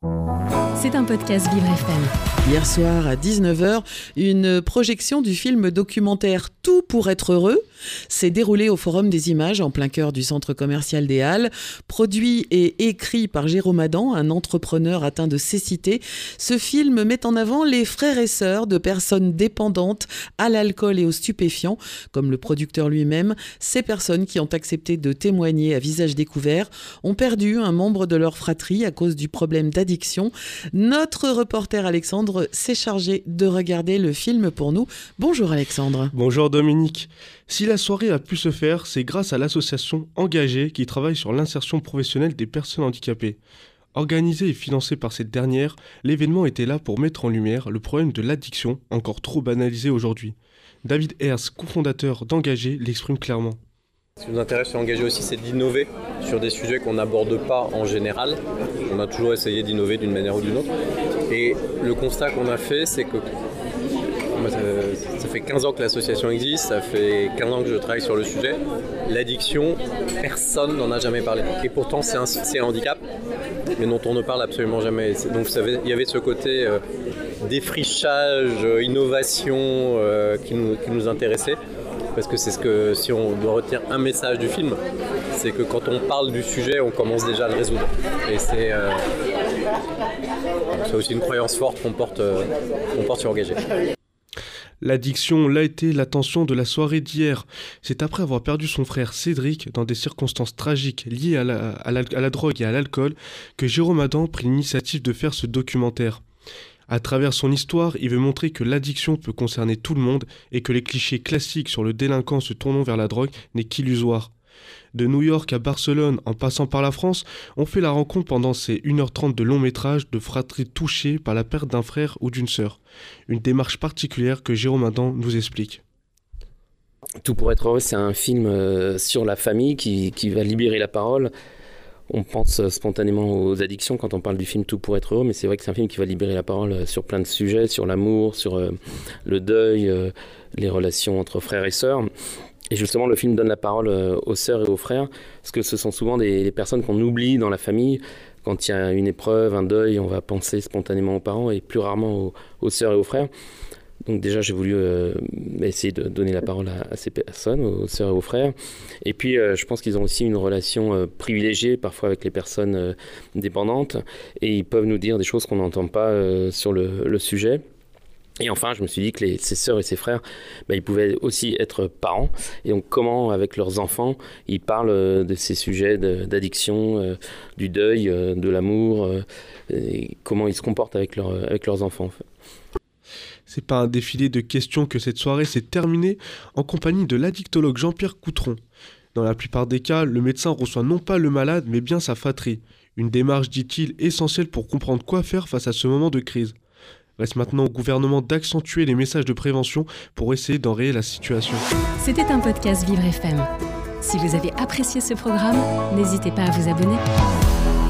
C'est un podcast Vivre FM. Hier soir à 19h, une projection du film documentaire Tout pour être heureux s'est déroulée au Forum des Images en plein cœur du centre commercial des Halles. Produit et écrit par Jérôme Adam, un entrepreneur atteint de cécité, ce film met en avant les frères et sœurs de personnes dépendantes à l'alcool et aux stupéfiants. Comme le producteur lui-même, ces personnes qui ont accepté de témoigner à visage découvert ont perdu un membre de leur fratrie à cause du problème d'addiction. Notre reporter Alexandre s'est chargé de regarder le film pour nous. Bonjour Alexandre. Bonjour Dominique. Si la soirée a pu se faire, c'est grâce à l'association Engagée qui travaille sur l'insertion professionnelle des personnes handicapées. Organisé et financé par cette dernière, l'événement était là pour mettre en lumière le problème de l'addiction, encore trop banalisé aujourd'hui. David Hers, cofondateur d'Engagée, l'exprime clairement. Ce qui nous intéresse chez Engagée aussi, c'est d'innover sur des sujets qu'on n'aborde pas en général. On a toujours essayé d'innover d'une manière ou d'une autre. Et le constat qu'on a fait, c'est que ça fait 15 ans que l'association existe, ça fait 15 ans que je travaille sur le sujet. L'addiction, personne n'en a jamais parlé. Et pourtant, c'est un handicap, mais dont on ne parle absolument jamais. Donc il y avait ce côté défrichage, innovation qui nous intéressait. Parce que c'est si on doit retenir un message du film, c'est que quand on parle du sujet, on commence déjà à le résoudre. Et c'est aussi une croyance forte qu'on porte sur Engagée. L'addiction l'a été l'attention de la soirée d'hier. C'est après avoir perdu son frère Cédric dans des circonstances tragiques liées à la drogue et à l'alcool que Jérôme Adam prit l'initiative de faire ce documentaire. À travers son histoire, il veut montrer que l'addiction peut concerner tout le monde et que les clichés classiques sur le délinquant se tournant vers la drogue n'est qu'illusoire. De New York à Barcelone, en passant par la France, on fait la rencontre pendant ces 1h30 de long métrage de fratries touchées par la perte d'un frère ou d'une sœur. Une démarche particulière que Jérôme Adam nous explique. Tout pour être heureux, c'est un film sur la famille qui va libérer la parole. On pense spontanément aux addictions quand on parle du film Tout pour être heureux, mais c'est vrai que c'est un film qui va libérer la parole sur plein de sujets, sur l'amour, sur le deuil, les relations entre frères et sœurs. Et justement, le film donne la parole aux sœurs et aux frères, parce que ce sont souvent des personnes qu'on oublie dans la famille. Quand il y a une épreuve, un deuil, on va penser spontanément aux parents et plus rarement aux sœurs et aux frères. Donc déjà, j'ai voulu essayer de donner la parole à ces personnes, aux sœurs et aux frères. Et puis, je pense qu'ils ont aussi une relation privilégiée, parfois avec les personnes dépendantes. Et ils peuvent nous dire des choses qu'on n'entend pas sur le sujet. Et enfin, je me suis dit que ces sœurs et ces frères, ils pouvaient aussi être parents. Et donc, comment, avec leurs enfants, ils parlent de ces sujets d'addiction, du deuil, de l'amour, et comment ils se comportent avec leurs enfants, en fait. C'est pas un défilé de questions que cette soirée s'est terminée en compagnie de l'addictologue Jean-Pierre Coutron. Dans la plupart des cas, le médecin reçoit non pas le malade, mais bien sa fratrie. Une démarche, dit-il, essentielle pour comprendre quoi faire face à ce moment de crise. Reste maintenant au gouvernement d'accentuer les messages de prévention pour essayer d'enrayer la situation. C'était un podcast Vivre FM. Si vous avez apprécié ce programme, n'hésitez pas à vous abonner.